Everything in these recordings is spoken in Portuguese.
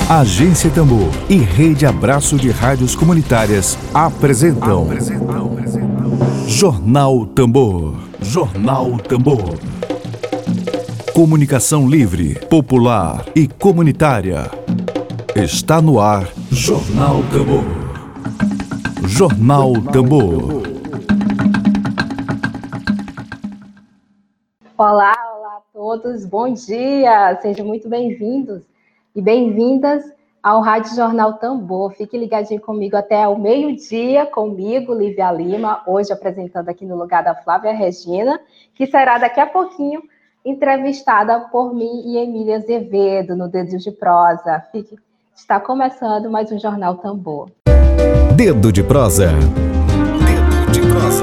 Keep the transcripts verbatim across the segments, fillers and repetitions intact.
Agência Tambor e Rede Abraço de Rádios Comunitárias apresentam, apresentam, apresentam. Jornal Tambor. Jornal Tambor. Comunicação livre, popular e comunitária. Está no ar Jornal Tambor. Jornal Tambor. Olá, olá a todos, bom dia, sejam muito bem-vindos e bem-vindas ao Rádio Jornal Tambor. Fique ligadinho comigo até o meio-dia, comigo, Lívia Lima, hoje apresentando aqui no lugar da Flávia Regina, que será daqui a pouquinho entrevistada por mim e Emília Azevedo, no Dedo de Prosa. Fique... Está começando mais um Jornal Tambor. Dedo de Prosa. Dedo de Prosa.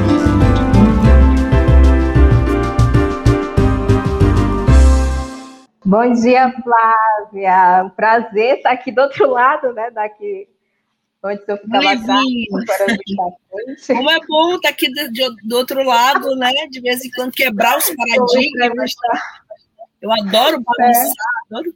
Bom dia, Flávia. Um prazer estar aqui do outro lado, né? Daqui onde eu ficava atrás. Como é bom estar aqui do, do outro lado, né? De vez em quando quebrar os paradigmas. Eu adoro bagunçar, é. adoro.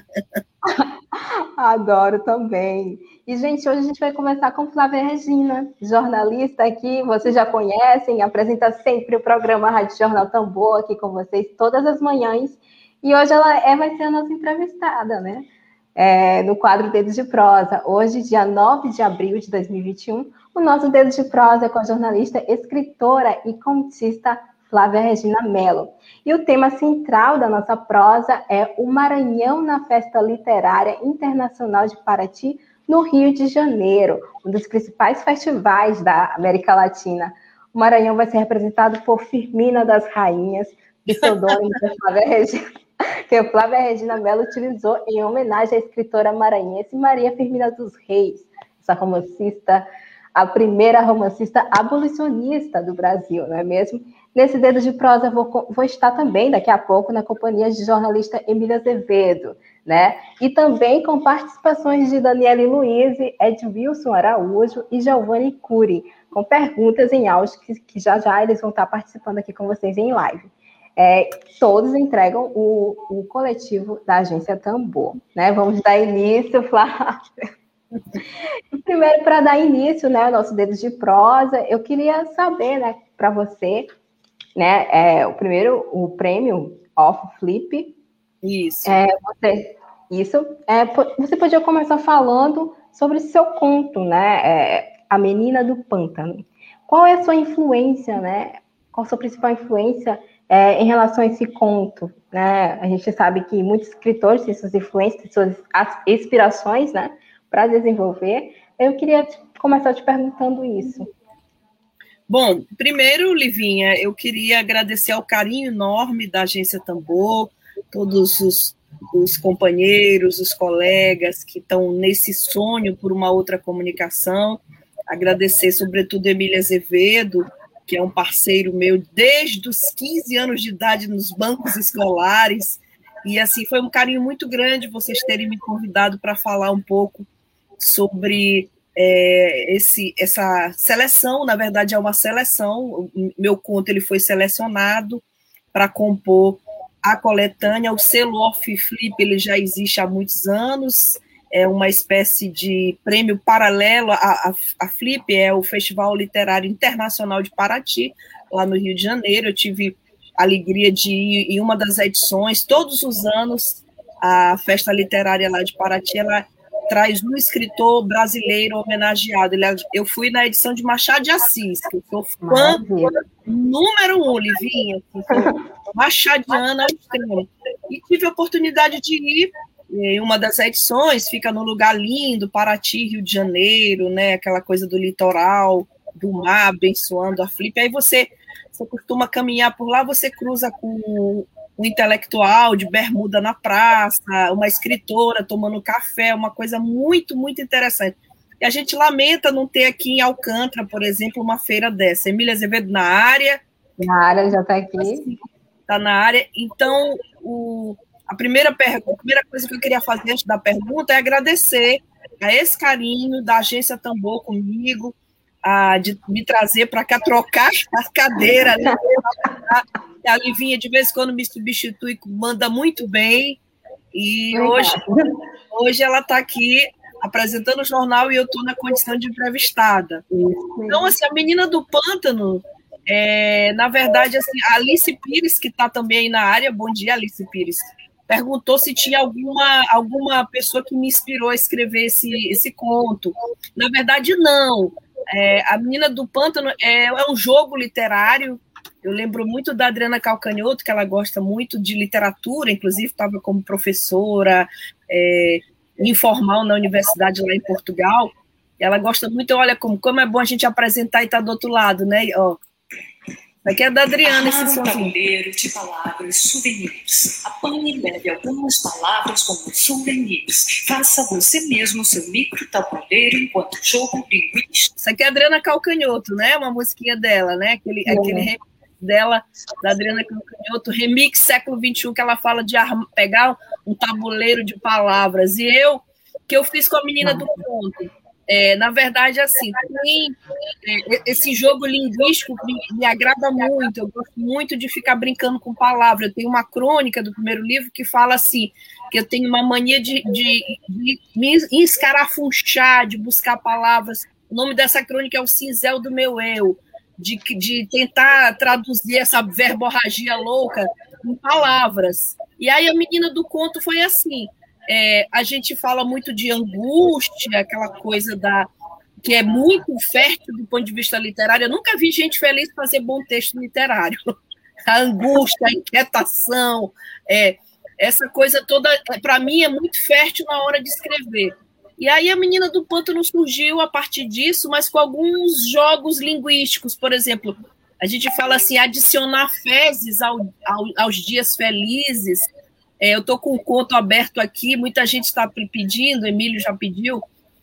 Adoro também. E, gente, hoje a gente vai conversar com Flávia Regina, jornalista aqui, vocês já conhecem, apresenta sempre o programa Rádio Jornal Tambor aqui com vocês todas as manhãs. E hoje ela é, vai ser a nossa entrevistada, né? É, no quadro Dedos de Prosa. Hoje, dia nove de abril de dois mil e vinte e um, o nosso Dedos de Prosa é com a jornalista, escritora e contista Flávia Regina Mello. E o tema central da nossa prosa é o Maranhão na Festa Literária Internacional de Paraty, no Rio de Janeiro, um dos principais festivais da América Latina. O Maranhão vai ser representado por Firmina das Rainhas, pseudônimo da Flávia Regina, que a Flávia Regina Mello utilizou em homenagem à escritora maranhense Maria Firmina dos Reis, essa romancista, a primeira romancista abolicionista do Brasil, não é mesmo? Nesse Dedo de Prosa, vou, vou estar também, daqui a pouco, na companhia de jornalista Emília Azevedo, né? E também com participações de Daniele Luiz, Edwilson Araújo e Giovanni Cury, com perguntas em áudio que, que já já eles vão estar participando aqui com vocês em live. É, todos entregam o, o coletivo da Agência Tambor, né? Vamos dar início, Flávia. Primeiro, para dar início, né, ao nosso Dedo de Prosa, eu queria saber, né, para você, né, é, o primeiro, o prêmio Off Flip. Isso. É, você, isso. É, você podia começar falando sobre seu conto, né, é, A Menina do Pântano. Qual é a sua influência, né? Qual a sua principal influência é, em relação a esse conto, né? A gente sabe que muitos escritores têm suas influências, suas inspirações, né, para desenvolver. Eu queria começar te perguntando isso. Bom, primeiro, Livinha, eu queria agradecer ao carinho enorme da Agência Tambor, todos os, os companheiros, os colegas que estão nesse sonho por uma outra comunicação. Agradecer, sobretudo, a Emília Azevedo, que é um parceiro meu desde os quinze anos de idade nos bancos escolares. E, assim, foi um carinho muito grande vocês terem me convidado para falar um pouco sobre é, esse, essa seleção. Na verdade, é uma seleção. O meu conto ele foi selecionado para compor a coletânea. O selo Off Flip ele já existe há muitos anos, é uma espécie de prêmio paralelo. A, a, a Flip é o Festival Literário Internacional de Paraty, lá no Rio de Janeiro. Eu tive a alegria de ir em uma das edições. Todos os anos, a festa literária lá de Paraty, ela traz um escritor brasileiro homenageado. Eu fui na edição de Machado de Assis, que eu sou fã número um, Livinha, machadiana ao extremo. E tive a oportunidade de ir em uma das edições, fica num lugar lindo, Paraty, Rio de Janeiro, né, aquela coisa do litoral, do mar, abençoando a Flip. Aí você, você costuma caminhar por lá, você cruza com um intelectual de bermuda na praça, uma escritora tomando café, uma coisa muito, muito interessante. E a gente lamenta não ter aqui em Alcântara, por exemplo, uma feira dessa. Emília Azevedo na área. Na área, já está aqui. Está na área. Então, o, a, primeira pergunta, a primeira coisa que eu queria fazer antes da pergunta é agradecer a esse carinho da Agência Tambor comigo, a, de me trazer para cá, trocar a cadeira, né? A Livinha, de vez em quando, me substitui, manda muito bem. E hoje, hoje ela está aqui apresentando o jornal e eu estou na condição de entrevistada. Então, assim, a Menina do Pântano, é, na verdade, assim, a Alice Pires, que está também aí na área, bom dia, Alice Pires, perguntou se tinha alguma, alguma pessoa que me inspirou a escrever esse, esse conto. Na verdade, não. É, a Menina do Pântano é, é um jogo literário. Eu lembro muito da Adriana Calcanhoto, que ela gosta muito de literatura, inclusive estava como professora é, informal na universidade lá em Portugal. Ela gosta muito, olha como, como é bom a gente apresentar e estar tá do outro lado, né? Ó, aqui é da Adriana, esse som. Um tabuleiro de palavras, souvenirs. Apanhe e leve algumas palavras como souvenirs. Faça você mesmo seu micro tabuleiro enquanto jogo linguístico. Isso aqui é a Adriana Calcanhoto, né? Uma musiquinha dela, né? Aquele, é. aquele remix dela, da Adriana Calcanhoto, remix século vinte e um, que ela fala de pegar um tabuleiro de palavras. E eu, que eu fiz com a Menina do Conto. É, na verdade, assim, tem, é, esse jogo linguístico me, me agrada muito, eu gosto muito de ficar brincando com palavras. Eu tenho uma crônica do primeiro livro que fala assim, que eu tenho uma mania de, de, de me escarafunchar, de buscar palavras. O nome dessa crônica é O Cinzel do Meu Eu, de, de tentar traduzir essa verborragia louca em palavras. E aí a Menina do Conto foi assim. É, a gente fala muito de angústia, aquela coisa da, que é muito fértil do ponto de vista literário. Eu nunca vi gente feliz fazer bom texto literário. A angústia, a inquietação, é, essa coisa toda, para mim, é muito fértil na hora de escrever. E aí a Menina do Pântano surgiu a partir disso, mas com alguns jogos linguísticos. Por exemplo, a gente fala assim, adicionar fezes ao, ao, aos dias felizes. É, eu estou com o conto aberto aqui, muita gente está pedindo, Emílio já pediu.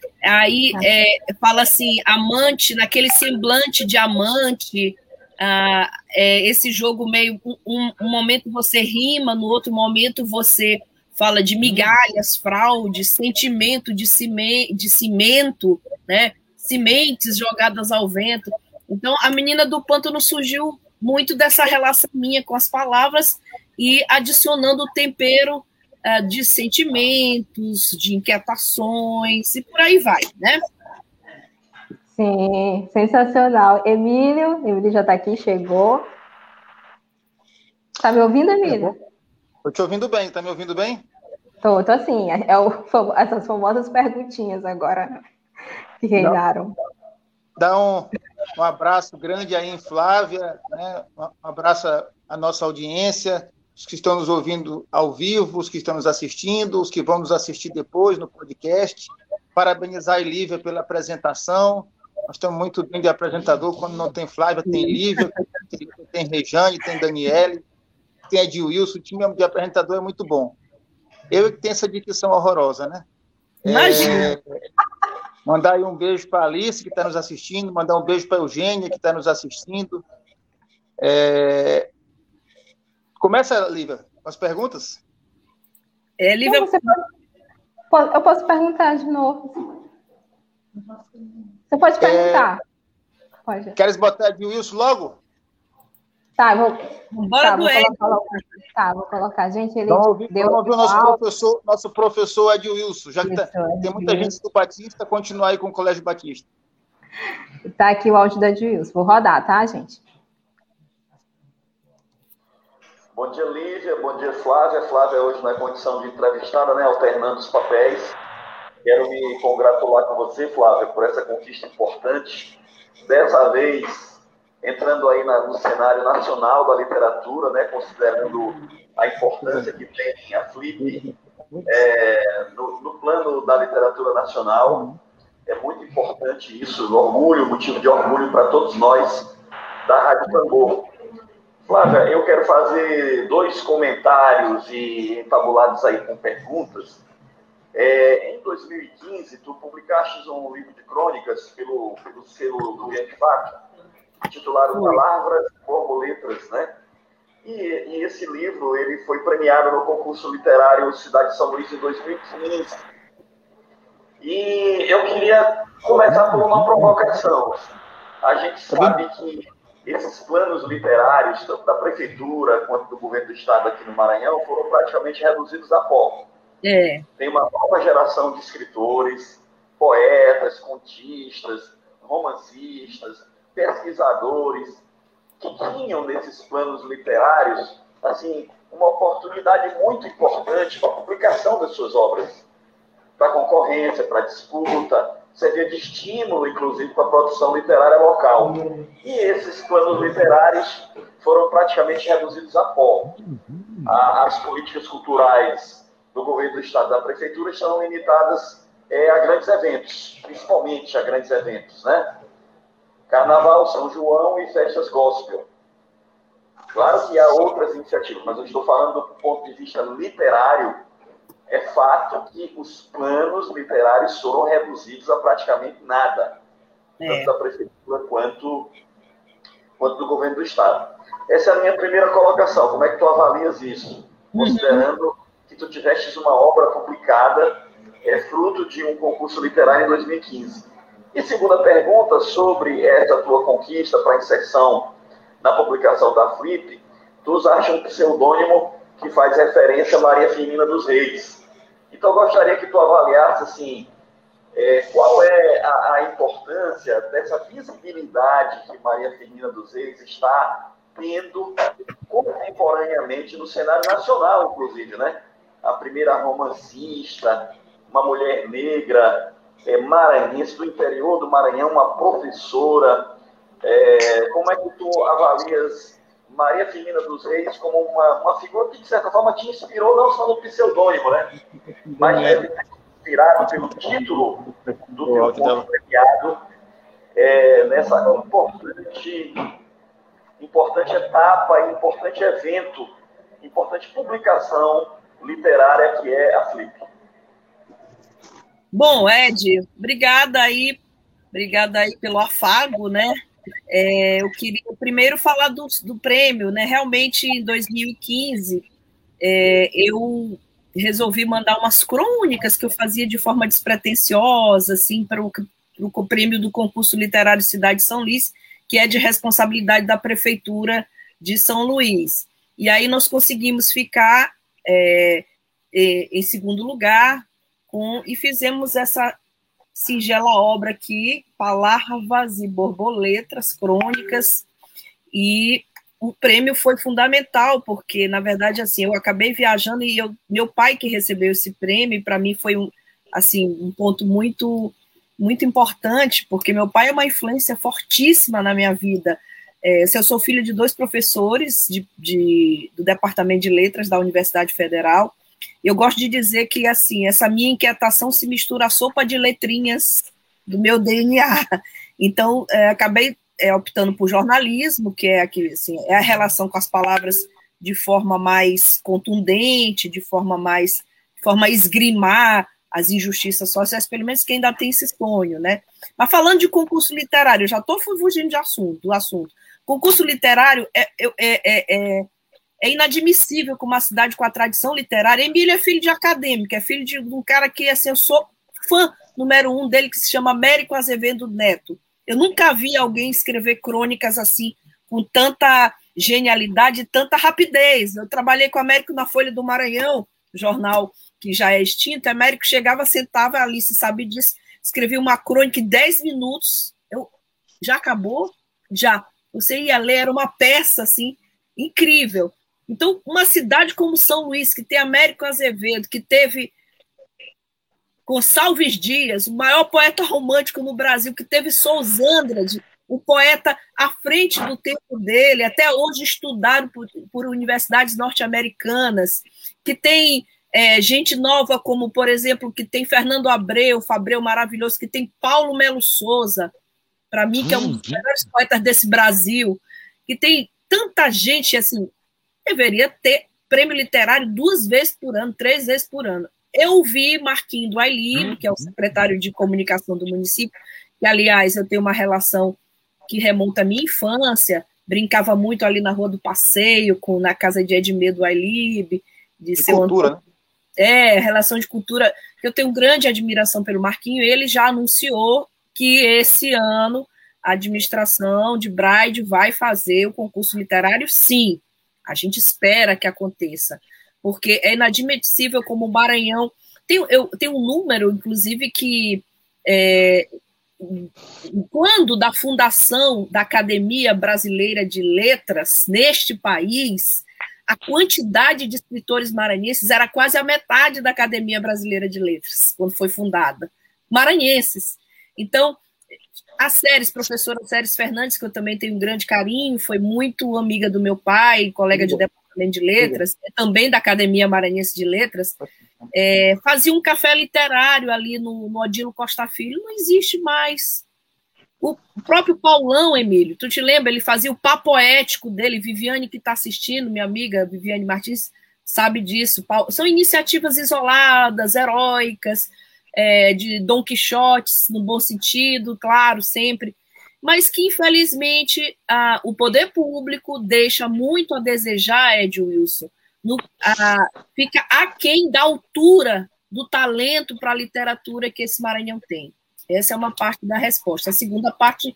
Aí é, fala assim, amante, naquele semblante de amante, ah, é, esse jogo meio, um, um momento você rima, no outro momento você fala de migalhas, fraudes, sentimento de, cime, de cimento, né? Sementes jogadas ao vento. Então, a Menina do Pântano surgiu muito dessa relação minha com as palavras e adicionando o tempero uh, de sentimentos, de inquietações, e por aí vai, né? Sim, sensacional. Emílio, Emílio já está aqui, chegou. Está me ouvindo, Emílio? Estou te ouvindo bem, está me ouvindo bem? Estou, tô assim, é o, essas famosas perguntinhas agora que reinaram. Dá um, um abraço grande aí em Flávia, né? Um abraço à nossa audiência, os que estão nos ouvindo ao vivo, os que estão nos assistindo, os que vão nos assistir depois no podcast. Parabenizar a Lívia pela apresentação. Nós estamos muito bem de apresentador. Quando não tem Flávia, tem Lívia, tem Rejane, tem Daniele, tem Edilson. O time de apresentador é muito bom. Eu que tenho essa dicção horrorosa, né? Imagina! É, mandar aí um beijo para a Alice, que está nos assistindo, mandar um beijo para a Eugênia, que está nos assistindo. É... Começa, Lívia, com as perguntas? É, Lívia... Não, você pode... Eu posso perguntar de novo. Você pode perguntar. É... Pode. Queres botar de Wilson logo? Tá, vou... Bora tá, do vou colocar logo. Tá, vou colocar. Gente, ele vamos ouvir, deu... Vamos ouvir o nosso professor, nosso professor Edilson, já que Isso, tá... tem muita gente do Batista, continuar aí com o Colégio Batista. Tá aqui o áudio da Edilson. Vou rodar, tá, gente? Bom dia, Lívia. Bom dia, Flávia. Flávia hoje na condição de entrevistada, né, alternando os papéis. Quero me congratular com você, Flávia, por essa conquista importante. Dessa vez, entrando aí na, no cenário nacional da literatura, né, considerando a importância que tem a Flip é, no, no plano da literatura nacional. É muito importante isso, orgulho, motivo de orgulho para todos nós da Rádio Tambor. Flávia, eu quero fazer dois comentários e entabulados aí com perguntas. É, em dois mil e quinze, tu publicaste um livro de crônicas pelo, pelo selo do Grande Fato, intitulado Palavras, Borboletas, né? E, e esse livro ele foi premiado no concurso literário Cidade de São Luís em dois mil e quinze. E eu queria começar por uma provocação. A gente sabe que esses planos literários, tanto da prefeitura quanto do governo do estado aqui no Maranhão, foram praticamente reduzidos a pó. É. Tem uma nova geração de escritores, poetas, contistas, romancistas, pesquisadores, que tinham nesses planos literários, assim, uma oportunidade muito importante para a publicação das suas obras, para concorrência, para disputa, servia de estímulo, inclusive, para a produção literária local. E esses planos literários foram praticamente reduzidos a pó. As políticas culturais do governo do Estado e da Prefeitura estão limitadas é, a grandes eventos, principalmente a grandes eventos, né? Carnaval, São João e festas gospel. Claro que há outras iniciativas, mas eu estou falando do ponto de vista literário. É fato que os planos literários foram reduzidos a praticamente nada, é. tanto da Prefeitura quanto, quanto do governo do Estado. Essa é a minha primeira colocação. Como é que tu avalias isso? Considerando uhum. que tu tivestes uma obra publicada, é, fruto de um concurso literário em dois mil e quinze. E segunda pergunta, sobre essa tua conquista para inserção na publicação da Flip, tu usaste um pseudônimo que faz referência a Maria Firmina dos Reis. Então, eu gostaria que tu avaliasse, assim, é, qual é a, a importância dessa visibilidade que Maria Firmina dos Reis está tendo contemporaneamente no cenário nacional, inclusive, né? A primeira romancista, uma mulher negra, é, maranhense, do interior do Maranhão, uma professora. É, como é que tu avalias Maria Firmina dos Reis como uma, uma figura que, de certa forma, te inspirou não só no pseudônimo, né? Mas deve ter inspirado pelo título do teu conto premiado é, nessa importante, importante etapa, importante evento, importante publicação literária que é a Flip. Bom, Ed, obrigada aí, obrigada aí pelo afago, né? É, eu queria primeiro falar do, do prêmio, né? Realmente, em dois mil e quinze, é, eu resolvi mandar umas crônicas que eu fazia de forma despretensiosa, assim, para o prêmio do concurso literário Cidade de São Luís, que é de responsabilidade da Prefeitura de São Luís. E aí nós conseguimos ficar é, é, em segundo lugar com, e fizemos essa singela obra aqui, Palavras e Borboletas, Crônicas, e o prêmio foi fundamental, porque, na verdade, assim, eu acabei viajando e eu, meu pai que recebeu esse prêmio, e para mim foi um, assim, um ponto muito, muito importante, porque meu pai é uma influência fortíssima na minha vida. É, eu sou filho de dois professores de, de, do Departamento de Letras da Universidade Federal. Eu gosto de dizer que, assim, essa minha inquietação se mistura à sopa de letrinhas do meu D N A. Então, é, acabei é, optando por jornalismo, que é, aqui, assim, é a relação com as palavras de forma mais contundente, de forma mais, de forma a esgrimar as injustiças sociais, pelo menos quem ainda tem esse sonho, né? Mas falando de concurso literário, eu já estou fugindo de assunto, do assunto. Concurso literário é... é, é, é É inadmissível que uma cidade com a tradição literária... Emílio é filho de acadêmico, é filho de um cara que, assim, eu sou fã número um dele, que se chama Américo Azevedo Neto. Eu nunca vi alguém escrever crônicas assim, com tanta genialidade e tanta rapidez. Eu trabalhei com o Américo na Folha do Maranhão, jornal que já é extinto. O Américo chegava, sentava ali, se sabe disso, escrevia uma crônica em dez minutos. Eu, já acabou? Já. Você ia ler, era uma peça, assim, incrível. Então, uma cidade como São Luís, que tem Américo Azevedo, que teve Gonçalves Dias, o maior poeta romântico no Brasil, que teve Sousandrade, o poeta à frente do tempo dele, até hoje estudado por, por universidades norte-americanas, que tem é, gente nova como, por exemplo, que tem Fernando Abreu, Fabreu maravilhoso, que tem Paulo Melo Souza, para mim, que é um dos melhores poetas desse Brasil, que tem tanta gente, assim, deveria ter prêmio literário duas vezes por ano, três vezes por ano. Eu vi Marquinho do Ailib, que é o secretário de comunicação do município, que, aliás, eu tenho uma relação que remonta à minha infância, brincava muito ali na Rua do Passeio, com, na casa de Edmê do Ailib. De, de cultura, Antônio. Né? É, relação de cultura, que eu tenho grande admiração pelo Marquinho. Ele já anunciou que esse ano a administração de Braide vai fazer o concurso literário, sim. A gente espera que aconteça. porque é inadmissível como o Maranhão... Tem, eu, tem um número, inclusive, que é, quando da fundação da Academia Brasileira de Letras neste país, a quantidade de escritores maranhenses era quase a metade da Academia Brasileira de Letras, quando foi fundada. Maranhenses. Então, a Séries, professora Séries Fernandes, que eu também tenho um grande carinho, foi muito amiga do meu pai, colega de departamento de letras, também da Academia Maranhense de Letras, é, fazia um café literário ali no, no Odilo Costa Filho, não existe mais. O próprio Paulão, Emílio, tu te lembra? Ele fazia o papo poético dele, Viviane que está assistindo, minha amiga Viviane Martins, sabe disso. São iniciativas isoladas, heróicas, é, de Dom Quixotes, no bom sentido, claro, sempre, mas que, infelizmente, a, o poder público deixa muito a desejar, Ed Wilson, no, a, fica aquém da altura do talento para a literatura que esse Maranhão tem. Essa é uma parte da resposta. A segunda parte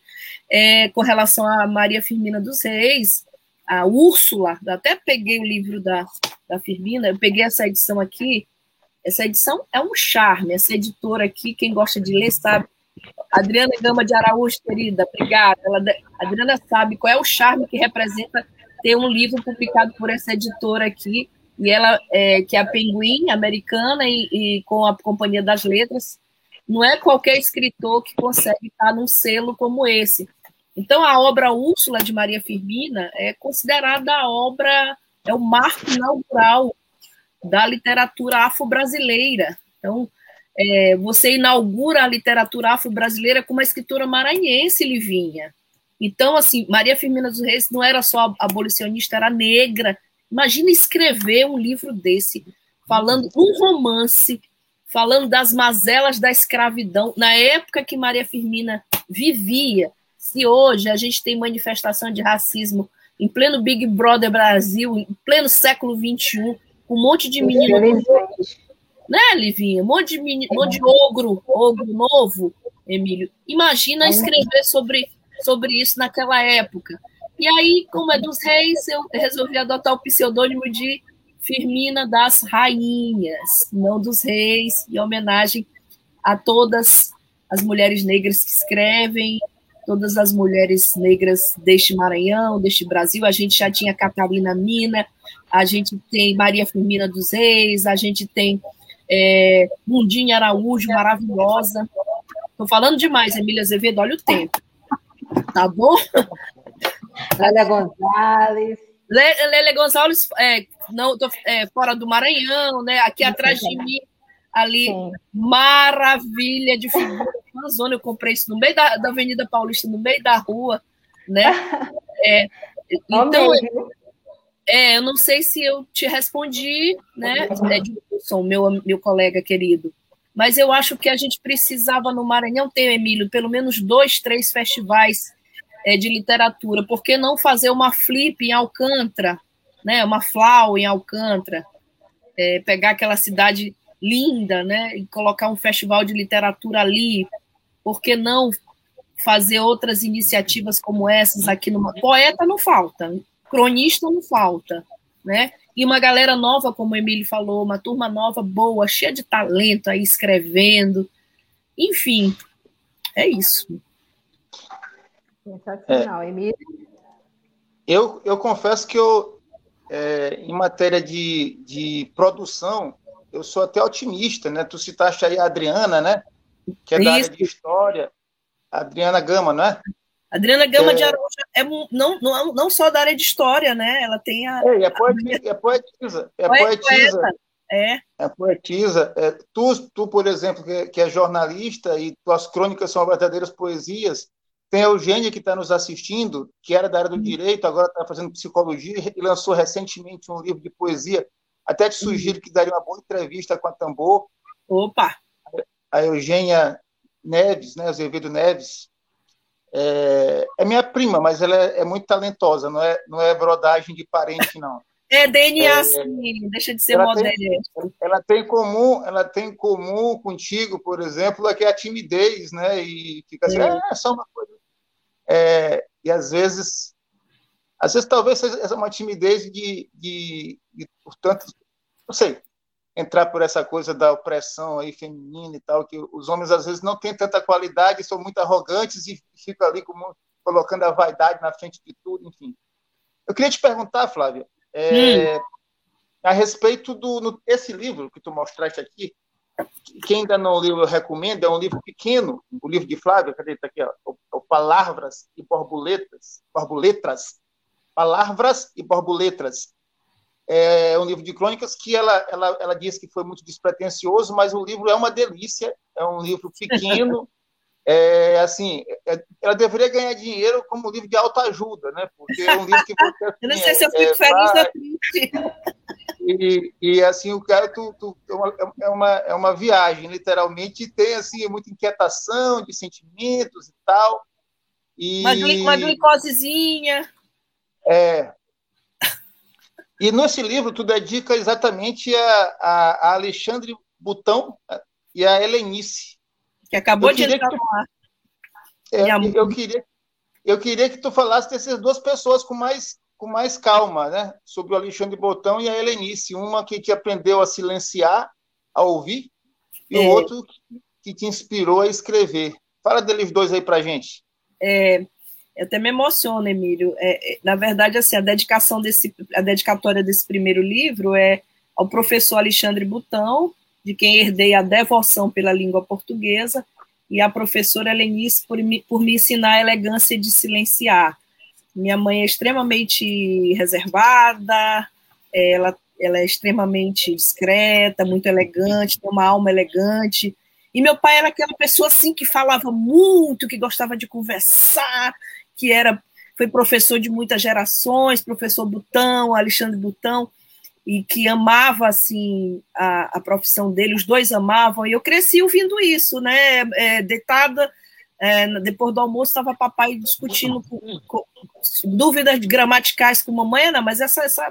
é com relação a Maria Firmina dos Reis, a Úrsula, eu até peguei o livro da, da Firmina, eu peguei essa edição aqui. Essa edição é um charme, essa editora aqui, quem gosta de ler sabe. Adriana Gama de Araújo, querida, obrigada. Ela, a Adriana sabe qual é o charme que representa ter um livro publicado por essa editora aqui, e ela, é, que é a Penguin, americana, e, e com a Companhia das Letras. Não é qualquer escritor que consegue estar num selo como esse. Então, a obra Úrsula, de Maria Firmina, é considerada a obra, é o marco inaugural da literatura afro-brasileira. Então, é, você inaugura a literatura afro-brasileira com uma escritora maranhense, Livinha. Então, assim, Maria Firmina dos Reis não era só abolicionista, era negra. Imagina escrever um livro desse, falando um romance, falando das mazelas da escravidão, na época que Maria Firmina vivia. Se hoje a gente tem manifestação de racismo em pleno Big Brother Brasil, em pleno século vinte e um, um monte de menino, né, Livinha? Um monte de, menino, um monte de ogro, ogro novo, Emílio. Imagina escrever sobre, sobre isso naquela época. E aí, como é dos Reis, eu resolvi adotar o pseudônimo de Firmina das Rainhas, não dos Reis, em homenagem a todas as mulheres negras que escrevem, todas as mulheres negras deste Maranhão, deste Brasil. A gente já tinha Catarina Mina, a gente tem Maria Firmina dos Reis, a gente tem é, Mundinha Araújo, maravilhosa. Estou falando demais, Emília Azevedo, olha o tempo. Tá bom? Lélia Gonzalez. Lélia Gonzalez, é, não, tô, é, fora do Maranhão, né? Aqui atrás de mim, ali, sim. Maravilha de figura. Na zona, eu comprei isso no meio da, da Avenida Paulista, no meio da rua, né? É, então, é, eu não sei se eu te respondi, né, Edilson, meu, meu colega querido, mas eu acho que a gente precisava no Maranhão ter, Emílio, pelo menos dois, três festivais é, de literatura. Por que não fazer uma flip em Alcântara, né, uma Flau em Alcântara, é, pegar aquela cidade linda, né, e colocar um festival de literatura ali? Por que não fazer outras iniciativas como essas aqui no... Poeta não falta, cronista não falta, né? E uma galera nova, como o Emílio falou, uma turma nova, boa, cheia de talento aí, escrevendo. Enfim, é isso. Sensacional, é, Emílio. Eu, eu confesso que eu, é, em matéria de, de produção, eu sou até otimista, né? Tu citaste aí a Adriana, né? Que é da área de história, a Adriana Gama, não é? Adriana Gama é... de Araújo é não, não, não só da área de história, né? Ela tem a... É, é, poetisa, é poetisa. É poetisa. É. É poetisa. É, tu, tu, por exemplo, que é, que é jornalista e tuas crônicas são verdadeiras poesias, tem a Eugênia que está nos assistindo, que era da área do direito, agora está fazendo psicologia e lançou recentemente um livro de poesia. Até te sugiro que daria uma boa entrevista com a Tambor. Opa! A Eugênia Neves, né, Azevedo Neves, é, é minha prima, mas ela é, é muito talentosa, não é, não é brodagem de parente, não. É D N A, é, sim, deixa de ser ela moderna. Tem, ela, tem comum, ela tem em comum contigo, por exemplo, que é a timidez, né, e fica assim, é, é só uma coisa. É, e às vezes, às vezes talvez seja uma timidez de, de, de portanto, não sei, entrar por essa coisa da opressão aí feminina e tal, que os homens às vezes não têm tanta qualidade, são muito arrogantes e ficam ali como, colocando a vaidade na frente de tudo, enfim. Eu queria te perguntar, Flávia, é, hum. a respeito do no, esse livro que tu mostraste aqui, quem ainda não leu, eu recomendo, é um livro pequeno, o livro de Flávia, cadê? Está aqui, ó, o, o Palavras e Borboletas, Borboletas, Palavras e Borboletas. É um livro de crônicas que ela, ela, ela diz que foi muito despretensioso, mas o livro é uma delícia, é um livro pequeno, é, assim, é, ela deveria ganhar dinheiro como livro de autoajuda, né? Porque é um livro que você... Assim, eu não sei se eu fico é, feliz ou triste. E, e, assim, o cara tu, tu, é, uma, é uma viagem, literalmente, e tem, assim, muita inquietação de sentimentos e tal. E, uma glicosezinha. É... E nesse livro tu dedica exatamente a, a, a Alexandre Butão e a Helenice. Que acabou de entrar no ar. É, eu, queria, eu queria que tu falasse dessas duas pessoas com mais, com mais calma, né? Sobre o Alexandre Butão e a Helenice. Uma que, que aprendeu a silenciar, a ouvir, e é. o outro que, que te inspirou a escrever. Fala deles dois aí pra gente. É... Eu até me emociono, Emílio. É, é, na verdade, assim, a dedicação desse, a dedicatória desse primeiro livro é ao professor Alexandre Butão, de quem herdei a devoção pela língua portuguesa, e à professora Helenice por me, por me ensinar a elegância de silenciar. Minha mãe é extremamente reservada, ela, ela é extremamente discreta, muito elegante, tem uma alma elegante. E meu pai era aquela pessoa assim que falava muito, que gostava de conversar, que era, foi professor de muitas gerações, professor Butão, Alexandre Butão, e que amava assim, a, a profissão dele, os dois amavam, e eu cresci ouvindo isso, né? É, deitada, é, depois do almoço, estava papai discutindo com, com, com dúvidas gramaticais com mamãe, não, mas essa, essa,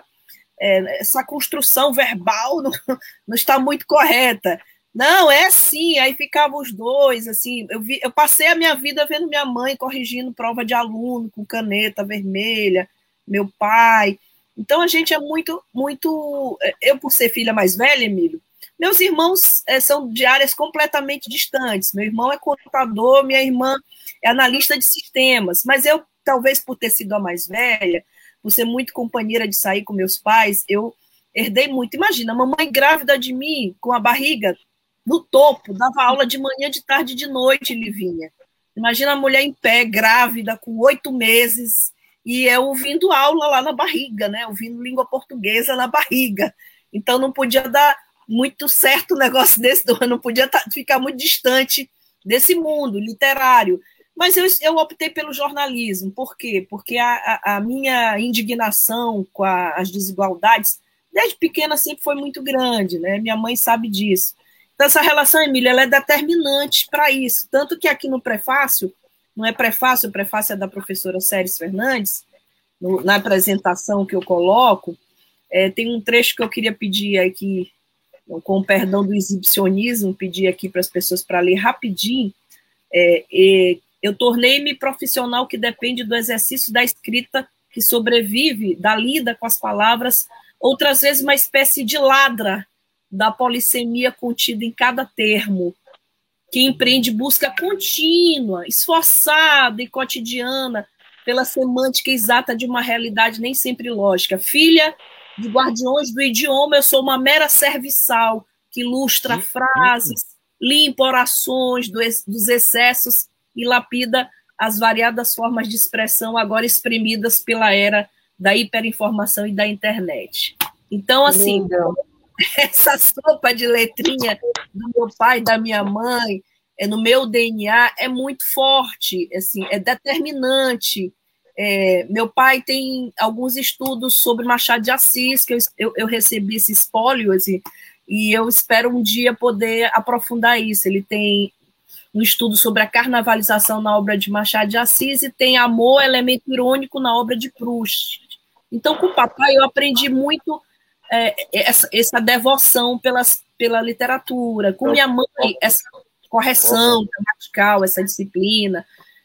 é, essa construção verbal não, não está muito correta. Não, é assim, aí ficavam os dois, assim, eu, vi, eu passei a minha vida vendo minha mãe corrigindo prova de aluno com caneta vermelha, meu pai, então a gente é muito, muito, eu por ser filha mais velha, Emílio, meus irmãos é, são de áreas completamente distantes, meu irmão é contador, minha irmã é analista de sistemas, mas eu, talvez por ter sido a mais velha, por ser muito companheira de sair com meus pais, eu herdei muito, imagina, a mamãe grávida de mim, com a barriga no topo, dava aula de manhã, de tarde e de noite, Livinha. Imagina a mulher em pé, grávida, com oito meses, e eu ouvindo aula lá na barriga, né? Ouvindo língua portuguesa na barriga. Então não podia dar muito certo um negócio desse, não podia ficar muito distante desse mundo literário. Mas eu, eu optei pelo jornalismo. Por quê? Porque a, a, a minha indignação com a, as desigualdades, desde pequena, sempre foi muito grande, né? Minha mãe sabe disso. Então, essa relação, Emília, ela é determinante para isso. Tanto que aqui no prefácio, não é prefácio, o prefácio é da professora Céris Fernandes, no, na apresentação que eu coloco, é, tem um trecho que eu queria pedir aqui, com o perdão do exibicionismo, pedir aqui para as pessoas para ler rapidinho. É, é, eu tornei-me profissional que depende do exercício da escrita, que sobrevive da lida com as palavras, outras vezes uma espécie de ladra da polissemia contida em cada termo, que empreende busca contínua, esforçada e cotidiana pela semântica exata de uma realidade nem sempre lógica. Filha de guardiões do idioma, eu sou uma mera serviçal que ilustra frases, limpa orações dos excessos e lapida as variadas formas de expressão agora exprimidas pela era da hiperinformação e da internet. Então, assim, lindo. Essa sopa de letrinha do meu pai, da minha mãe, é, no meu D N A, é muito forte, assim, é determinante. É, meu pai tem alguns estudos sobre Machado de Assis, que eu, eu, eu recebi esse espólio, assim, e eu espero um dia poder aprofundar isso. Ele tem um estudo sobre a carnavalização na obra de Machado de Assis e tem amor, elemento irônico na obra de Proust. Então, com o papai, eu aprendi muito É, essa, essa devoção pelas, pela literatura, com minha mãe, essa correção gramatical, essa disciplina,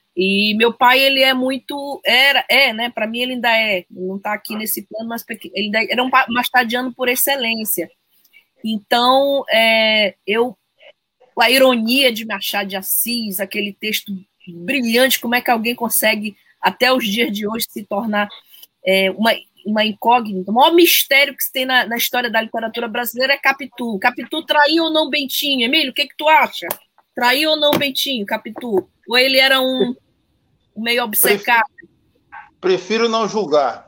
e meu pai, ele é muito, era, é, né, para mim ele ainda é, não está aqui nesse plano, mas ele ainda era um machadiano por excelência, Então, é, eu, a ironia de Machado de Assis, aquele texto brilhante, como é que alguém consegue, até os dias de hoje, se tornar é, uma, uma incógnita. O maior mistério que se tem na, na história da literatura brasileira é Capitu. Capitu traiu ou não Bentinho? Emílio, o que, que tu acha? Traiu ou não Bentinho, Capitu? Ou ele era um, um meio obcecado? Prefiro, prefiro não julgar.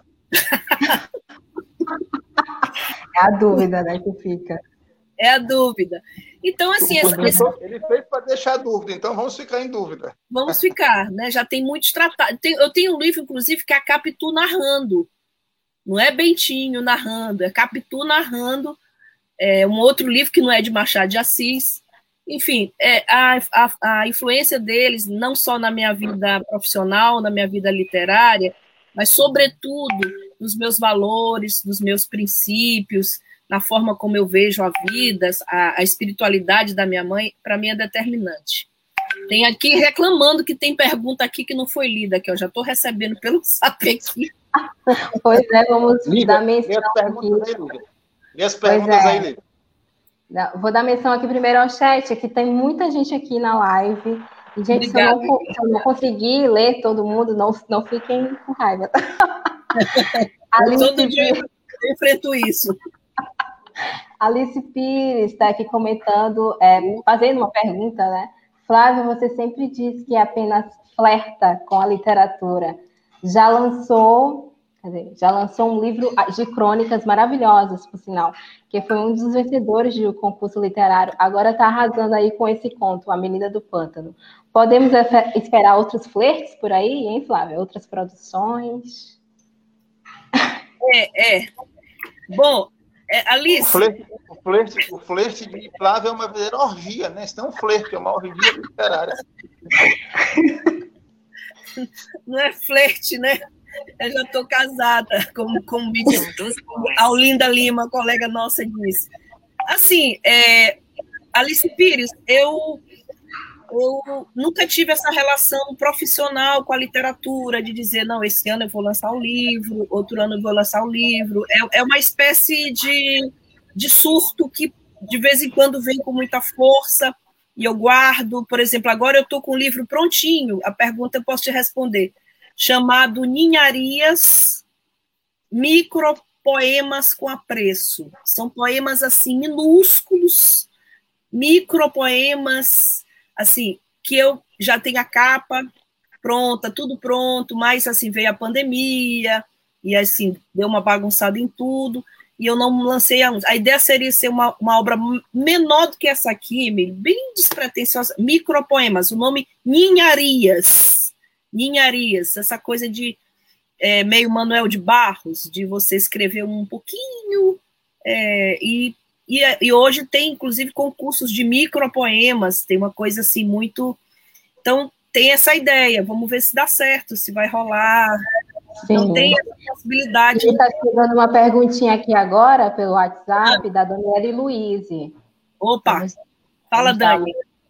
É a dúvida, né, que fica. É a dúvida. Então, assim... Essa, essa... Ele fez para deixar dúvida, então vamos ficar em dúvida. Vamos ficar, né? Já tem muitos tratados. Tem, eu tenho um livro, inclusive, que é a Capitu narrando. Não é Bentinho narrando, é Capitu narrando. É um outro livro que não é de Machado de Assis. Enfim, é, a, a, a influência deles, não só na minha vida profissional, na minha vida literária, mas, sobretudo, nos meus valores, nos meus princípios, na forma como eu vejo a vida, a, a espiritualidade da minha mãe, para mim é determinante. Tem aqui reclamando que tem pergunta aqui que não foi lida, que eu já estou recebendo pelo zap aqui. Pois é, vamos Lívia, dar menção as perguntas aqui. Aí, Lívia. E as perguntas é. aí, Lívia. Não, vou dar menção aqui primeiro ao chat, que tem muita gente aqui na live. E, gente, se eu, não, se eu não conseguir ler todo mundo, não, não fiquem com raiva. Todo dia eu enfrento isso. Alice Pires está aqui comentando, é, fazendo uma pergunta, né? Flávia, você sempre diz que apenas flerta com a literatura. Já lançou, quer dizer, já lançou um livro de crônicas maravilhosas, por sinal, que foi um dos vencedores do concurso literário. Agora está arrasando aí com esse conto, A Menina do Pântano. Podemos esperar outros flertes por aí, hein, Flávia? Outras produções? É, é. Bom, é, Alice... O flerte, o, flerte, o flerte de Flávia é uma verdadeira orgia, né? Isso não é um flerte, é uma orgia literária. Não é flerte, né? Eu já estou casada, como, como me diz a Olinda Lima, colega nossa, disse. Assim, é, Alice Pires, eu, eu nunca tive essa relação profissional com a literatura, de dizer, não, esse ano eu vou lançar um livro, outro ano eu vou lançar um livro. É, é uma espécie de, de surto que, de vez em quando, vem com muita força, e eu guardo. Por exemplo, agora eu estou com um livro prontinho, a pergunta eu posso te responder, chamado Ninharias, Micropoemas com Apreço. São poemas, assim, minúsculos, micropoemas, assim, que eu já tenho a capa pronta, tudo pronto, mas, assim, veio a pandemia, e, assim, deu uma bagunçada em tudo, e eu não lancei a... A ideia seria ser uma, uma obra menor do que essa aqui, bem despretensiosa, micropoemas, o nome Ninharias. Ninharias, essa coisa de é, meio Manuel de Barros, de você escrever um pouquinho, é, e, e, e hoje tem, inclusive, concursos de micropoemas, tem uma coisa assim muito... Então, tem essa ideia, vamos ver se dá certo, se vai rolar. Sim. Não tem essa possibilidade. Está chegando uma perguntinha aqui agora, pelo WhatsApp, ah. da Daniela Luiz. Opa, vamos, fala, vamos Dani.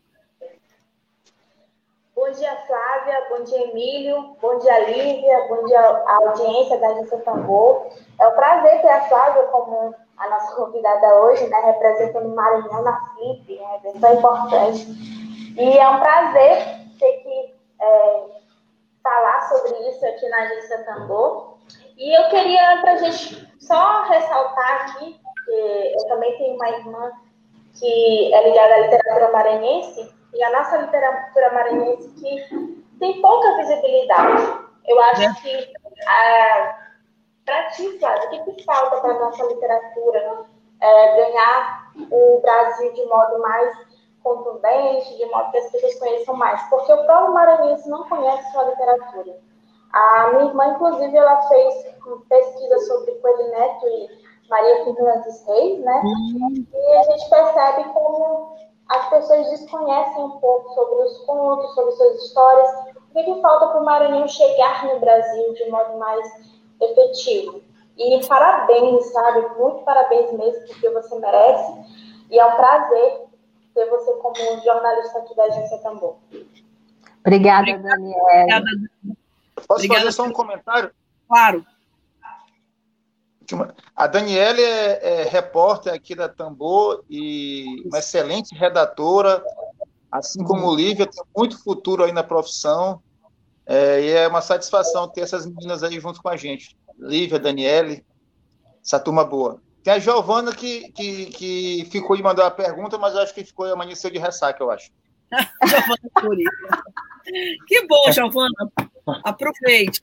Bom dia, Flávia. Bom dia, Emílio. Bom dia, Lívia. Bom dia à audiência da Agência Tambor. É um prazer ter a Flávia como a nossa convidada hoje, né, representando o Maranhão na Flip, né, é tão importante. E é um prazer ter que é, falar sobre isso aqui na Agência Tambor. E eu queria, para a gente só ressaltar aqui, que eu também tenho uma irmã que é ligada à literatura maranhense, e a nossa literatura maranhense que tem pouca visibilidade. Eu acho é. que, para ti, Flávia, o que, que falta para a nossa literatura é, ganhar o Brasil de modo mais contundente, de modo que as pessoas conheçam mais? Porque o próprio maranhense não conhece sua literatura. A minha irmã, inclusive, ela fez pesquisa sobre Coelho Neto e Maria Quintana dos Reis, né? Uhum. E a gente percebe como as pessoas desconhecem um pouco sobre os contos, sobre suas histórias. O que, que falta para o Maranhão chegar no Brasil de modo mais efetivo? E parabéns, sabe? Muito parabéns mesmo, porque você merece. E é um prazer ter você como jornalista aqui da Agência Tambor. Obrigada, Obrigada Daniela. Posso Obrigada. fazer só um comentário? Claro. A Daniele é, é repórter aqui da Tambor e uma excelente redatora, assim como o Lívia, tem muito futuro aí na profissão, é, e é uma satisfação ter essas meninas aí junto com a gente. Lívia, Daniele, essa turma boa. Tem a Giovana que, que, que ficou de mandar uma pergunta, mas acho que ficou e amanheceu de ressaca, eu acho. Giovana Curia. Que bom, Giovana. Aproveite.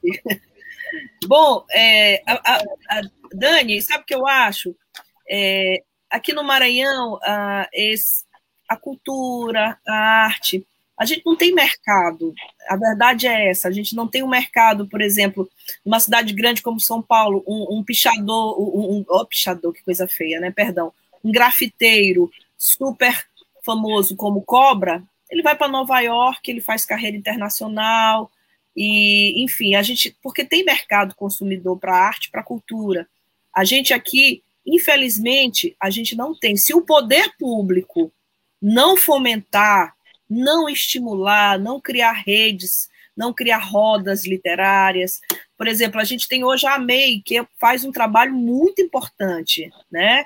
Bom, é, a, a, a Dani, sabe o que eu acho? É, aqui no Maranhão, a, esse, a cultura, a arte, a gente não tem mercado. A verdade é essa, a gente não tem um mercado, por exemplo, numa cidade grande como São Paulo, um, um pichador, um, um oh, pichador, que coisa feia, né? Perdão, um grafiteiro super famoso como Cobra, ele vai para Nova York, ele faz carreira internacional, e, enfim, a gente, porque tem mercado consumidor para arte, para cultura. A gente aqui, infelizmente, a gente não tem. Se o poder público não fomentar, não estimular, não criar redes, não criar rodas literárias, por exemplo, a gente tem hoje a AMEI, que faz um trabalho muito importante, né?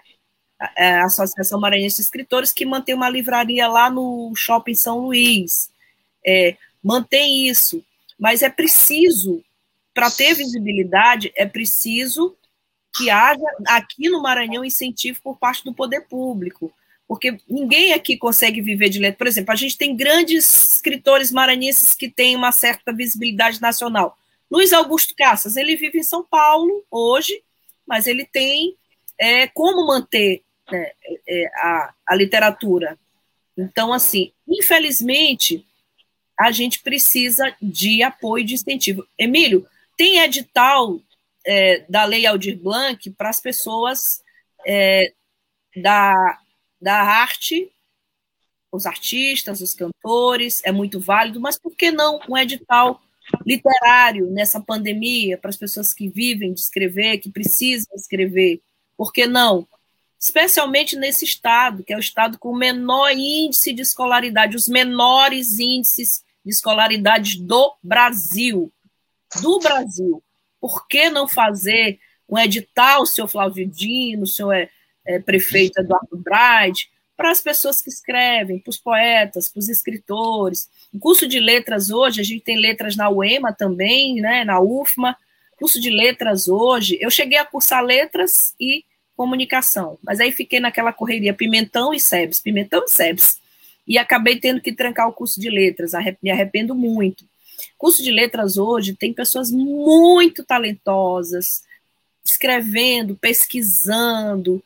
A Associação Maranhense de Escritores, que mantém uma livraria lá no Shopping São Luís, é, mantém isso. Mas é preciso, para ter visibilidade, é preciso que haja aqui no Maranhão incentivo por parte do poder público, porque ninguém aqui consegue viver de letra. Por exemplo, a gente tem grandes escritores maranhenses que têm uma certa visibilidade nacional. Luiz Augusto Cassas, ele vive em São Paulo hoje, mas ele tem é, como manter né, é, a, a literatura. Então, assim, infelizmente, a gente precisa de apoio, de incentivo. Emílio, tem edital é, da Lei Aldir Blanc para as pessoas é, da, da arte, os artistas, os cantores, é muito válido, mas por que não um edital literário nessa pandemia para as pessoas que vivem de escrever, que precisam escrever? Por que não? Especialmente nesse estado, que é o estado com o menor índice de escolaridade, os menores índices de escolaridade do Brasil. Do Brasil. Por que não fazer um edital, senhor Flávio Dino, senhor é, é, prefeito Eduardo Braide, para as pessoas que escrevem, para os poetas, para os escritores. O curso de letras hoje, a gente tem letras na U E M A também, né, na U F M A. Curso de letras hoje, eu cheguei a cursar letras e comunicação, mas aí fiquei naquela correria Pimentão e SEBS, Pimentão e SEBS, e acabei tendo que trancar o curso de letras, me arrependo muito. Curso de letras hoje tem pessoas muito talentosas, escrevendo, pesquisando,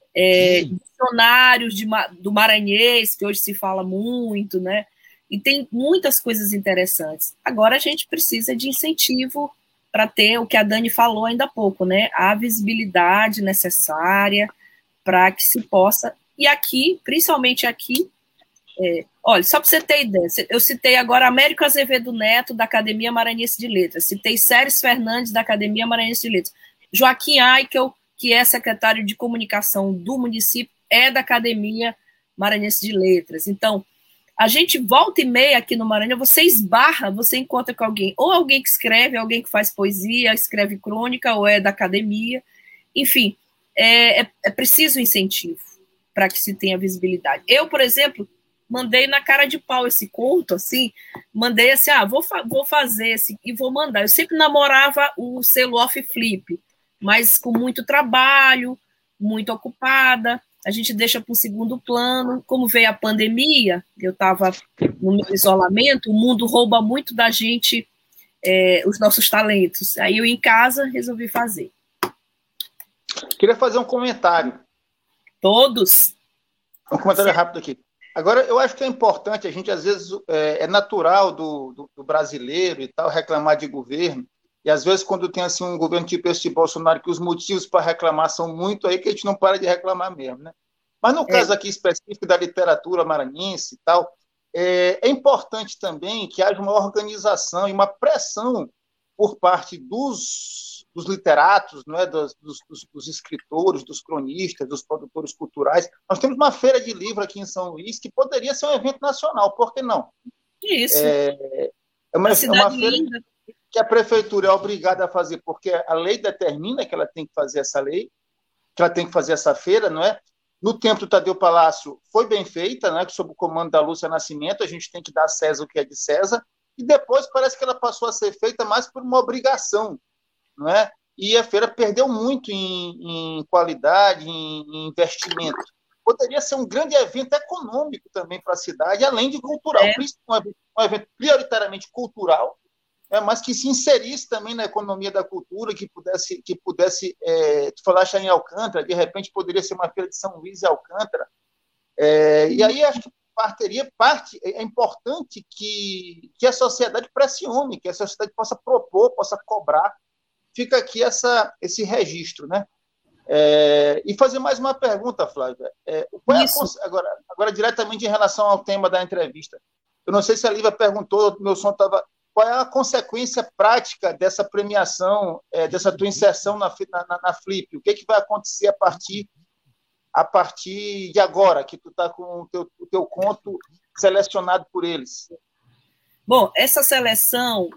é, dicionários de, do maranhês, que hoje se fala muito, né? E tem muitas coisas interessantes. Agora a gente precisa de incentivo para ter o que a Dani falou ainda há pouco, né? A visibilidade necessária para que se possa. E aqui, principalmente aqui, é, olha, só para você ter ideia, eu citei agora Américo Azevedo Neto, da Academia Maranhense de Letras, citei Séries Fernandes, da Academia Maranhense de Letras, Joaquim Aikel, que é secretário de comunicação do município, é da Academia Maranhense de Letras. Então, a gente volta e meia aqui no Maranhão, você esbarra, você encontra com alguém, ou alguém que escreve, alguém que faz poesia, escreve crônica, ou é da academia. Enfim, é, é, é preciso incentivo para que se tenha visibilidade. Eu, por exemplo, mandei na cara de pau esse conto, assim, mandei assim, ah, vou, fa vou fazer esse, e vou mandar. Eu sempre namorava o selo Off Flip, mas com muito trabalho, muito ocupada, a gente deixa para o segundo plano. Como veio a pandemia, eu estava no meu isolamento, o mundo rouba muito da gente é, os nossos talentos. Aí eu, em casa, resolvi fazer. Queria fazer um comentário. Todos? Um comentário rápido aqui. Agora, eu acho que é importante, a gente, às vezes, é, é natural do, do, do brasileiro e tal, reclamar de governo, e às vezes, quando tem assim, um governo tipo esse de Bolsonaro, que os motivos para reclamar são muito aí, que a gente não para de reclamar mesmo, né? Mas no caso aqui específico da literatura maranhense e tal, é, é importante também que haja uma organização e uma pressão por parte dos, dos literatos, não é? dos, dos, dos escritores, dos cronistas, dos produtores culturais. Nós temos uma feira de livro aqui em São Luís que poderia ser um evento nacional, por que não? Isso. É, é uma, é uma feira linda. que a prefeitura é obrigada a fazer, porque a lei determina que ela tem que fazer essa lei, que ela tem que fazer essa feira, não é? No tempo do Tadeu Palácio foi bem feita, né? Sob o comando da Lúcia Nascimento, a gente tem que dar a César o que é de César, e depois parece que ela passou a ser feita mais por uma obrigação, não é? E a feira perdeu muito em, em qualidade, em, em investimento. Poderia ser um grande evento econômico também para a cidade, além de cultural, é. um, evento, um evento prioritariamente cultural, é, mas que se inserisse também na economia da cultura, que pudesse, que pudesse é, tu falaste em Alcântara, de repente poderia ser uma feira de São Luís e Alcântara, é, e aí acho que parteria, parte, é importante que, que a sociedade pressione, que a sociedade possa propor, possa cobrar. Fica aqui essa, esse registro, né? É, e fazer mais uma pergunta, Flávia. É, qual é a, agora, agora, diretamente em relação ao tema da entrevista, eu não sei se a Lívia perguntou, meu som estava... Qual é a consequência prática dessa premiação, é, dessa tua inserção na, na, na Flip? O que, é que vai acontecer a partir, a partir de agora, que tu está com o teu, o teu conto selecionado por eles? Bom, essa seleção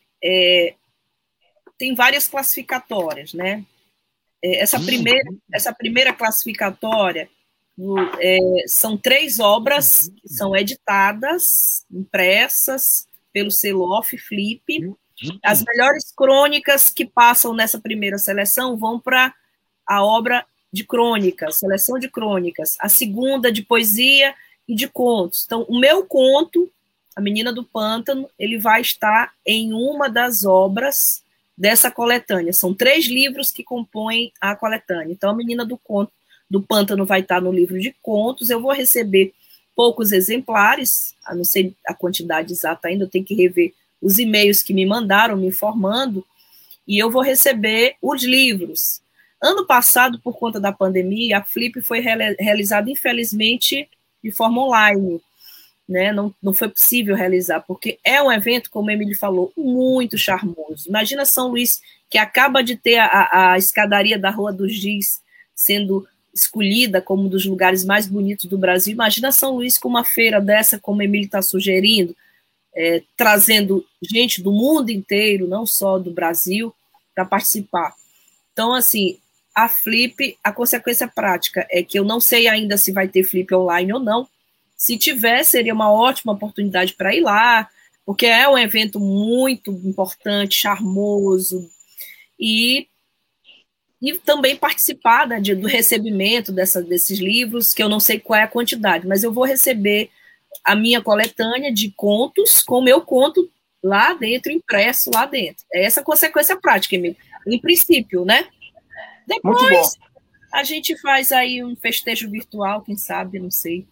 é, tem várias classificatórias, né? Essa primeira, essa primeira classificatória é, são três obras que são editadas, impressas pelo selo Off Flip. As melhores crônicas que passam nessa primeira seleção vão para a obra de crônicas, seleção de crônicas. A segunda de poesia e de contos. Então, o meu conto, A Menina do Pântano, ele vai estar em uma das obras dessa coletânea. São três livros que compõem a coletânea. Então, A Menina do, Conto, do Pântano vai estar no livro de contos. Eu vou receber poucos exemplares, a não sei a quantidade exata ainda, eu tenho que rever os e-mails que me mandaram, me informando, e eu vou receber os livros. Ano passado, por conta da pandemia, a Flip foi realizada, infelizmente, de forma online. Né, não, não foi possível realizar, porque é um evento, como o Emílio falou, muito charmoso. Imagina São Luís, que acaba de ter a, a escadaria da Rua dos Giz sendo escolhida como um dos lugares mais bonitos do Brasil. Imagina São Luís com uma feira dessa, como o Emílio está sugerindo, é, trazendo gente do mundo inteiro, não só do Brasil, para participar. Então, assim, a Flip, a consequência prática é que eu não sei ainda se vai ter Flip online ou não. Se tiver, seria uma ótima oportunidade para ir lá, porque é um evento muito importante, charmoso, e, e também participar, né, de, do recebimento dessa, desses livros, que eu não sei qual é a quantidade, mas eu vou receber a minha coletânea de contos com o meu conto lá dentro, impresso lá dentro. É essa a consequência prática, Emílio. Em princípio, né? Depois, a gente faz aí um festejo virtual, quem sabe, não sei.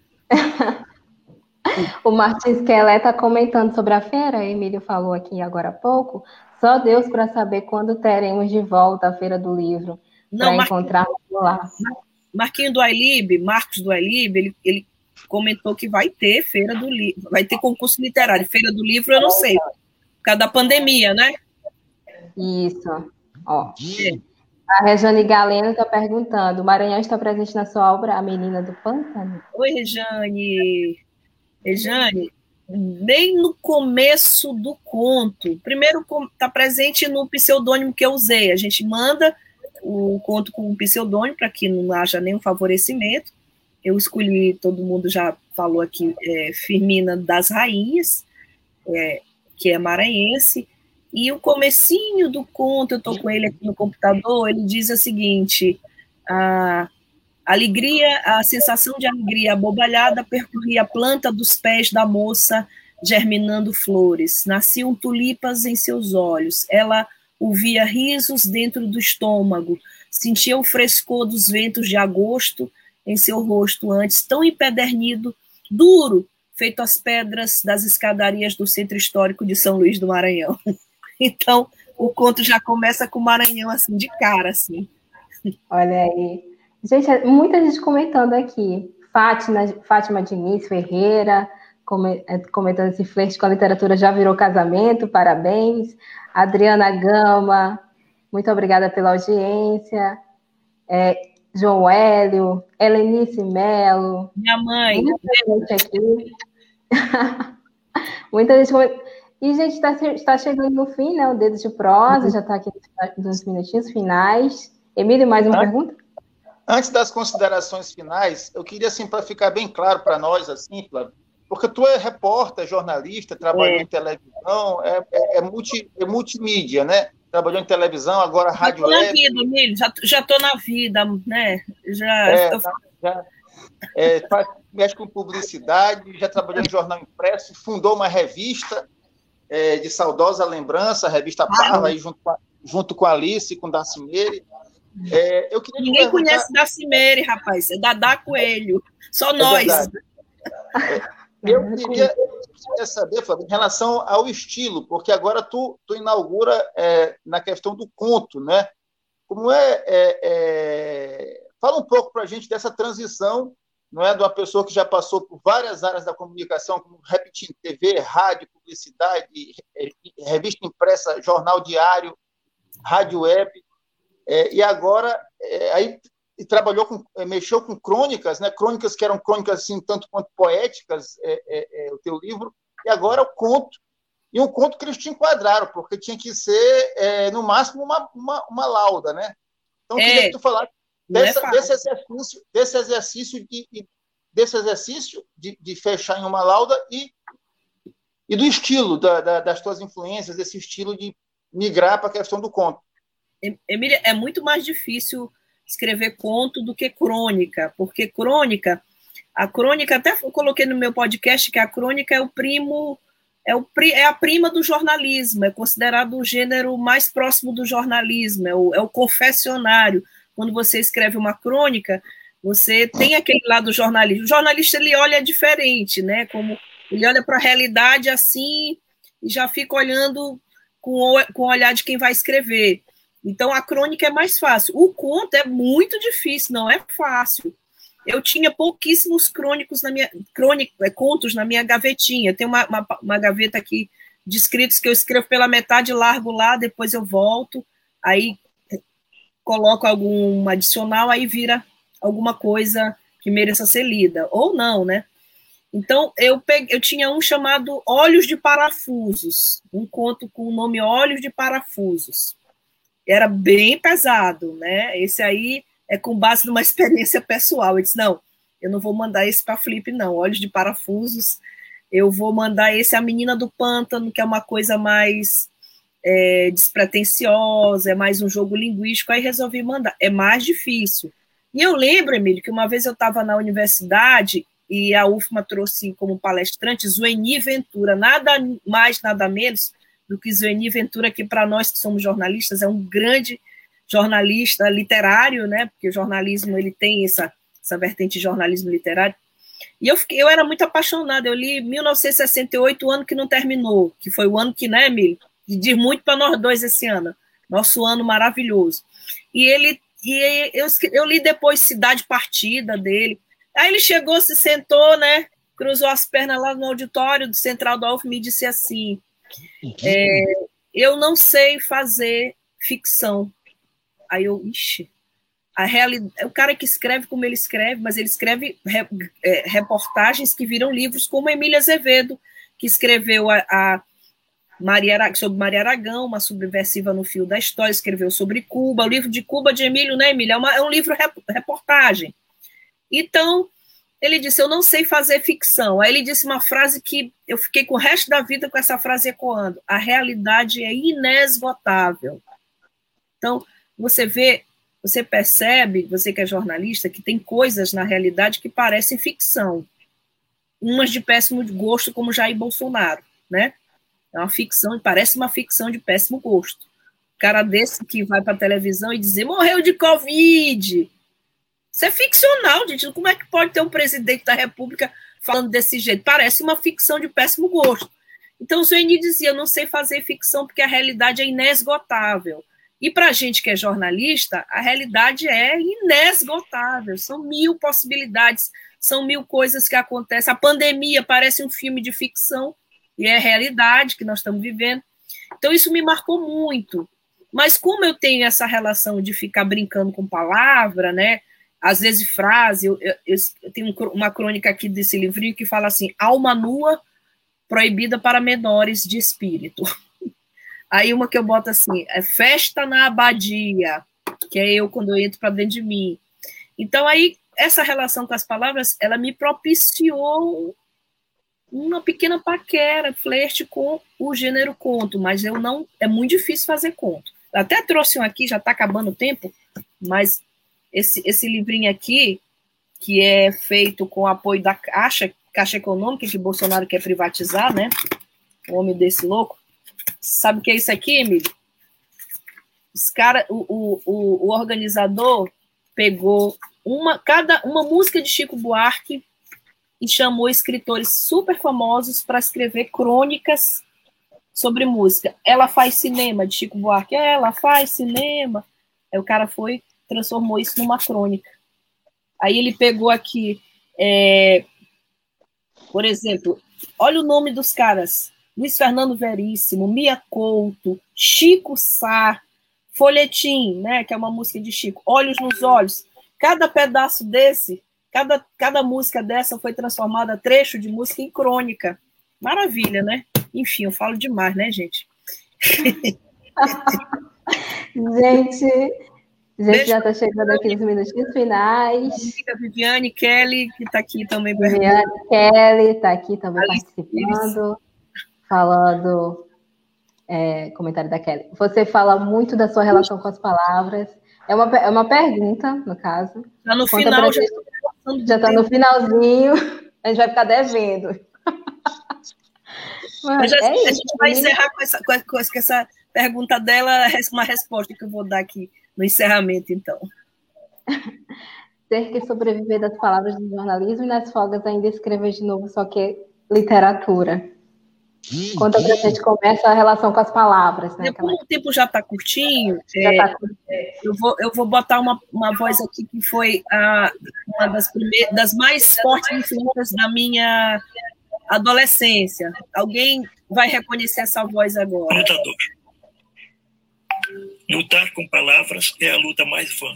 O Martins Kelé está comentando sobre a feira, a Emílio falou aqui agora há pouco. Só Deus para saber quando teremos de volta a Feira do Livro, para encontrarmos lá. Marquinho do Ailib, Marcos do Ailib, ele, ele comentou que vai ter Feira do Livro, vai ter concurso literário. Feira do Livro eu não sei, por causa da pandemia, né? Isso. Ó. É. A Rejane Galeno está perguntando, o Maranhão está presente na sua obra A Menina do Pântano? Oi, Rejane. Rejane, nem no começo do conto. Primeiro está presente no pseudônimo que eu usei. A gente manda o conto com um pseudônimo para que não haja nenhum favorecimento. Eu escolhi, todo mundo já falou aqui, é, Firmina das Rainhas, é, que é maranhense. E o comecinho do conto, eu estou com ele aqui no computador, ele diz o seguinte: a alegria, a sensação de alegria abobalhada percorria a planta dos pés da moça, germinando flores. Nasciam tulipas em seus olhos. Ela ouvia risos dentro do estômago, sentia o frescor dos ventos de agosto em seu rosto, antes tão empedernido, duro, feito as pedras das escadarias do Centro Histórico de São Luís do Maranhão. Então, o conto já começa com o Maranhão, assim, de cara, assim. Olha aí. Gente, muita gente comentando aqui. Fátima, Fátima Diniz Ferreira, comentando esse flerte com a literatura já virou casamento, parabéns. Adriana Gama, muito obrigada pela audiência. É, João Hélio, Helenice Melo. Minha mãe. Muita gente aqui. Muita gente comentando. E, gente, está tá chegando no fim, né? O Dedo de Prosa, uhum. já está aqui nos minutinhos finais. Emílio, mais uma antes, pergunta? Antes das considerações finais, eu queria, assim, para ficar bem claro para nós, assim, Flávio, porque tu é repórter, jornalista, trabalhou é. em televisão, é, é, é, multi, é multimídia, né? Trabalhou em televisão, agora rádio web. Já estou na vida, Emílio, já estou na vida, né? Já, é, tô... já é, faz, mexe com publicidade, já trabalhou em jornal impresso, fundou uma revista é, de saudosa lembrança, a revista Parva, ah, aí junto, com a, junto com a Alice e com o Dacimeire. É, eu queria Ninguém perguntar... conhece Dacimeire, rapaz, é Dadá Coelho, só nós. É Eu queria, queria saber, Flávio, em relação ao estilo, porque agora tu, tu inaugura é, na questão do conto, né? Como é... é, é... Fala um pouco para a gente dessa transição, não é, de uma pessoa que já passou por várias áreas da comunicação, como repetindo T V, rádio, publicidade, revista impressa, jornal diário, rádio web, é, e agora é, aí e trabalhou com, mexeu com crônicas, né? Crônicas que eram crônicas assim, tanto quanto poéticas, é, é, é, o teu livro, e agora o conto, e um conto que eles te enquadraram, porque tinha que ser, é, no máximo, uma, uma, uma lauda, né? Então, eu queria é, que tu falasse dessa, é desse exercício, desse exercício, de, desse exercício de, de fechar em uma lauda e, e do estilo, da, da, das tuas influências, desse estilo de migrar para a questão do conto. Emília, é muito mais difícil escrever conto do que crônica, porque crônica, a crônica, até eu coloquei no meu podcast que a crônica é o primo, é, o, é a prima do jornalismo, é considerado o gênero mais próximo do jornalismo, é o, é o confessionário. Quando você escreve uma crônica, você tem aquele lado do jornalismo. O jornalista, ele olha diferente, né? Como ele olha para a realidade assim e já fica olhando com o, com o olhar de quem vai escrever. Então, a crônica é mais fácil. O conto é muito difícil, não é fácil. Eu tinha pouquíssimos crônicos na minha, crônico, contos na minha gavetinha. Tem uma, uma, uma gaveta aqui de escritos que eu escrevo pela metade, largo lá, depois eu volto, aí coloco algum adicional, aí vira alguma coisa que mereça ser lida. Ou não, né? Então, eu, peguei, eu tinha um chamado Olhos de Parafusos, um conto com o nome Olhos de Parafusos. Era bem pesado, né? Esse aí é com base numa experiência pessoal. Eu disse, não, eu não vou mandar esse para Flip, não. Olhos de Parafusos, eu vou mandar esse A Menina do Pântano, que é uma coisa mais é, despretensiosa, é mais um jogo linguístico, aí resolvi mandar. É mais difícil. E eu lembro, Emílio, que uma vez eu estava na universidade e a U F M A trouxe como palestrante Zueni Ventura, nada mais, nada menos do que Zueni Ventura, que para nós que somos jornalistas é um grande jornalista literário, né? Porque o jornalismo ele tem essa, essa vertente de jornalismo literário. E eu, fiquei, eu era muito apaixonada. Eu li mil novecentos e sessenta e oito, o ano que não terminou, que foi o ano que, né, Emílio? Diz muito para nós dois esse ano, nosso ano maravilhoso. E ele, e eu, eu li depois Cidade Partida dele. Aí ele chegou, se sentou, né? Cruzou as pernas lá no auditório do Central da U F M e disse assim: É, eu não sei fazer ficção. Aí eu, ixi, a realidade, o cara que escreve como ele escreve, mas ele escreve re, é, reportagens que viram livros, como Emília Azevedo, que escreveu a, a Maria, sobre Maria Aragão, uma subversiva no fio da história, escreveu sobre Cuba, o livro de Cuba de Emílio, né, Emília? É, uma, é um livro reportagem. Então, ele disse, eu não sei fazer ficção. Aí ele disse uma frase que eu fiquei com o resto da vida com essa frase ecoando. A realidade é inesgotável. Então, você vê, você percebe, você que é jornalista, que tem coisas na realidade que parecem ficção. Umas de péssimo gosto, como Jair Bolsonaro, né? É uma ficção, parece uma ficção de péssimo gosto. O cara desse que vai para a televisão e dizer, morreu de Covid. Isso é ficcional, gente. Como é que pode ter um presidente da República falando desse jeito? Parece uma ficção de péssimo gosto. Então, o Zueni dizia, eu não sei fazer ficção porque a realidade é inesgotável. E para a gente que é jornalista, a realidade é inesgotável. São mil possibilidades, são mil coisas que acontecem. A pandemia parece um filme de ficção e é a realidade que nós estamos vivendo. Então, isso me marcou muito. Mas como eu tenho essa relação de ficar brincando com palavra, né? Às vezes frase, eu, eu, eu tenho uma crônica aqui desse livrinho que fala assim, alma nua proibida para menores de espírito. Aí uma que eu boto assim, é festa na abadia, que é eu quando eu entro para dentro de mim. Então aí, essa relação com as palavras, ela me propiciou uma pequena paquera, flerte com o gênero conto, mas eu não, é muito difícil fazer conto. Eu até trouxe um aqui, já está acabando o tempo, mas esse, esse livrinho aqui, que é feito com o apoio da Caixa, Caixa Econômica, que Bolsonaro quer privatizar, né? O homem desse louco. Sabe o que é isso aqui, Emílio? Os cara, o, o, o, o organizador pegou uma, cada, uma música de Chico Buarque e chamou escritores super famosos para escrever crônicas sobre música. Ela faz cinema, de Chico Buarque. Ela faz cinema. Aí o cara foi, transformou isso numa crônica. Aí ele pegou aqui, é, por exemplo, olha o nome dos caras. Luiz Fernando Veríssimo, Mia Couto, Chico Sá, Folhetim, né, que é uma música de Chico, Olhos nos Olhos. Cada pedaço desse, cada, cada música dessa foi transformada, trecho de música, em crônica. Maravilha, né? Enfim, eu falo demais, né, gente? Gente, a gente já está chegando aqui nos minutinhos finais. A Viviane Kelly, que está aqui também. Viviane Kelly está aqui também Alice participando. Isso. Falando, é, comentário da Kelly. Você fala muito da sua relação com as palavras. É uma, é uma pergunta, no caso. Já no Conta final, já está no finalzinho. A gente vai ficar devendo. Mas, Mas é a isso, gente vai menina. encerrar com essa, com, essa, com essa pergunta dela, uma resposta que eu vou dar aqui no encerramento, então. Ter que sobreviver das palavras do jornalismo e nas folgas ainda escrever de novo, só que literatura. Conta pra gente como é essa relação com as palavras, né? Como o tempo já está curtinho, já é, tá curtinho. Eu, vou, eu vou botar uma, uma voz aqui que foi a, uma das, primeiras, das mais fortes influências da minha adolescência. Alguém vai reconhecer essa voz agora? Lutador. Lutar com palavras é a luta mais vã.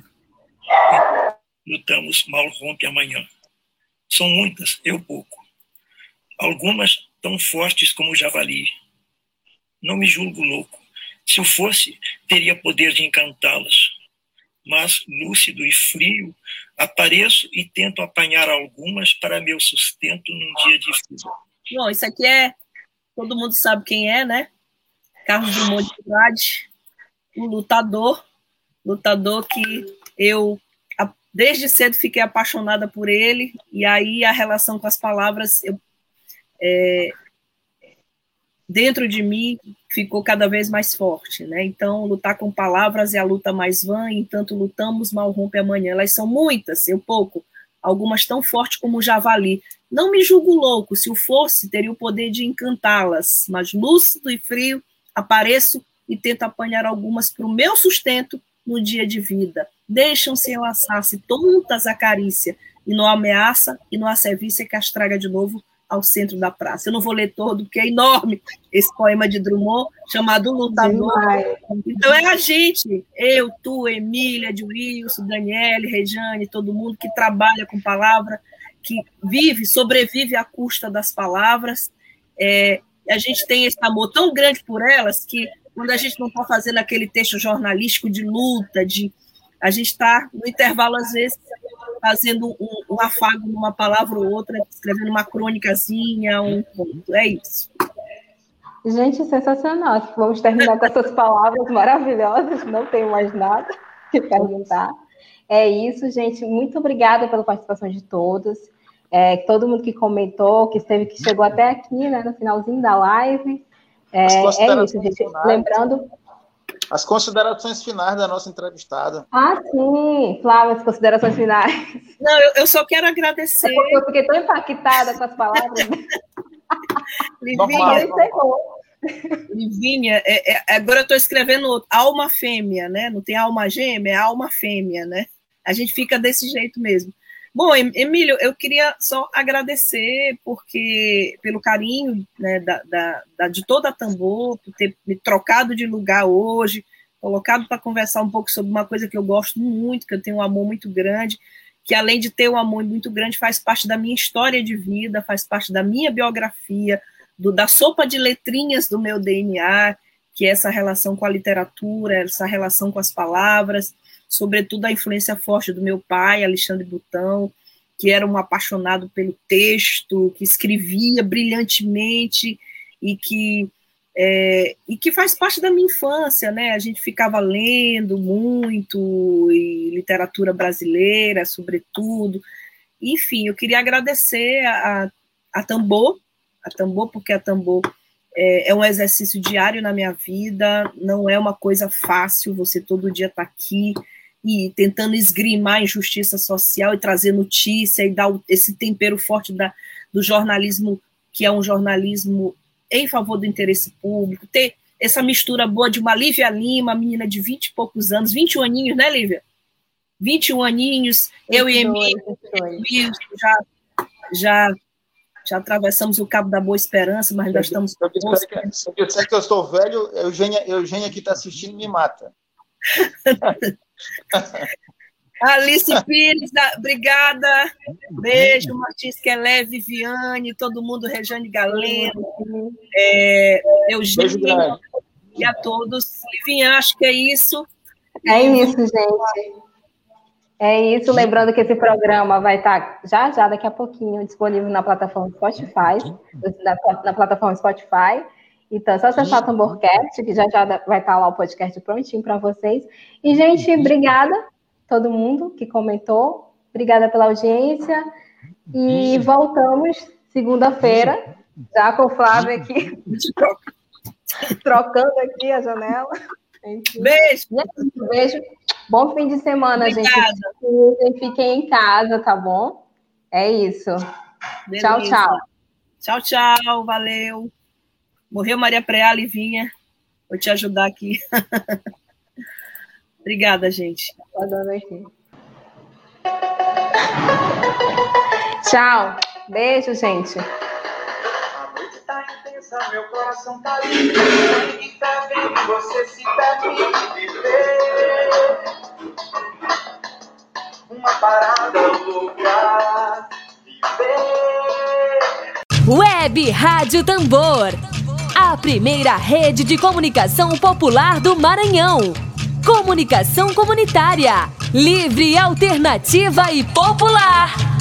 Lutamos, mal rompe amanhã. São muitas, eu pouco. Algumas tão fortes como o javali. Não me julgo louco. Se eu fosse, teria poder de encantá-las. Mas, lúcido e frio, apareço e tento apanhar algumas para meu sustento num dia de frio. Bom, isso aqui é... Todo mundo sabe quem é, né? Carlos Drummond de Andrade, um lutador. Lutador que eu, desde cedo, fiquei apaixonada por ele. E aí, a relação com as palavras... Eu, É, dentro de mim ficou cada vez mais forte, né? Então, lutar com palavras é a luta mais vã, entanto lutamos, mal rompe amanhã. Elas são muitas, eu pouco, algumas tão fortes como o javali. Não me julgo louco, se o fosse, teria o poder de encantá-las, mas lúcido e frio, apareço e tento apanhar algumas para o meu sustento no dia de vida. Deixam-se enlaçar-se tontas a carícia, e não ameaça, e não a serviço que as traga de novo ao centro da praça. Eu não vou ler todo, porque é enorme esse poema de Drummond, chamado Lutador. Demais. Então é a gente, eu, tu, Emília, Edwilson, Daniele, Rejane, todo mundo que trabalha com palavra, que vive, sobrevive à custa das palavras. É, a gente tem esse amor tão grande por elas que quando a gente não está fazendo aquele texto jornalístico de luta, de, a gente está no intervalo, às vezes, fazendo um, um afago numa palavra ou outra, escrevendo uma crônicazinha, um ponto. É isso. Gente, sensacional. Vamos terminar com essas palavras maravilhosas. Não tenho mais nada que perguntar. É isso, gente. Muito obrigada pela participação de todos. É, todo mundo que comentou, que esteve, que chegou até aqui, né, no finalzinho da live. É, é isso, gente. Finais. Lembrando... As considerações finais da nossa entrevistada. Ah, sim. Flávia, as considerações finais. Não, eu, eu só quero agradecer. É porque eu fiquei tão impactada com as palavras. Livinha, Livinha é, é, agora eu estou escrevendo outro, alma fêmea, né? Não tem alma gêmea, é alma fêmea, né? A gente fica desse jeito mesmo. Bom, Emílio, eu queria só agradecer porque, pelo carinho, né, da, da, da, de toda a Tambor, por ter me trocado de lugar hoje, colocado para conversar um pouco sobre uma coisa que eu gosto muito, que eu tenho um amor muito grande, que além de ter um amor muito grande, faz parte da minha história de vida, faz parte da minha biografia, do, da sopa de letrinhas do meu D N A, que é essa relação com a literatura, essa relação com as palavras, sobretudo a influência forte do meu pai, Alexandre Butão, que era um apaixonado pelo texto, que escrevia brilhantemente e que, é, e que faz parte da minha infância, né? A gente ficava lendo muito, e literatura brasileira, sobretudo. Enfim, eu queria agradecer a, a Tambor, a Tambor, porque a Tambor é, é um exercício diário na minha vida, não é uma coisa fácil, você todo dia está aqui e tentando esgrimar a injustiça social e trazer notícia e dar esse tempero forte da, do jornalismo, que é um jornalismo em favor do interesse público, ter essa mistura boa de uma Lívia Lima, menina de vinte e poucos anos, vinte e um aninhos, né, Lívia? vinte e um aninhos, eu e Emílio, já, já, já atravessamos o Cabo da Boa Esperança, mas nós estamos... Se eu disser que, se eu, disser que eu sou velho, Eugênia, Eugênia que está assistindo me mata. Alice Pires, obrigada. Beijo, Martins Quelé, Viviane, todo mundo, Rejane Galeno, é, Eugênia e a todos. Livinha, acho que é isso. É isso, gente. É isso. Lembrando que esse programa vai estar já, já, daqui a pouquinho, disponível na plataforma Spotify, na, na plataforma Spotify. Então, é só acessar o Tamborcast, que já já vai estar lá o podcast prontinho para vocês. E, gente, obrigada a todo mundo que comentou. Obrigada pela audiência. E voltamos segunda-feira, já com o Flávio aqui, trocando aqui a janela. Enfim. Beijo. Beijo. Bom fim de semana, obrigada, gente. Fiquem em casa, tá bom? É isso. Beleza. Tchau, tchau. Tchau, tchau. Valeu. Morreu Maria Preá, Livinha. Vou te ajudar aqui. Obrigada, gente. Tô dando aqui. Tchau. Beijo, gente. A noite tá intensa, meu coração tá livre. E tá vendo você se permite viver. Uma parada louca. Viver. Web Rádio Tambor. A primeira rede de comunicação popular do Maranhão. Comunicação comunitária, livre, alternativa e popular.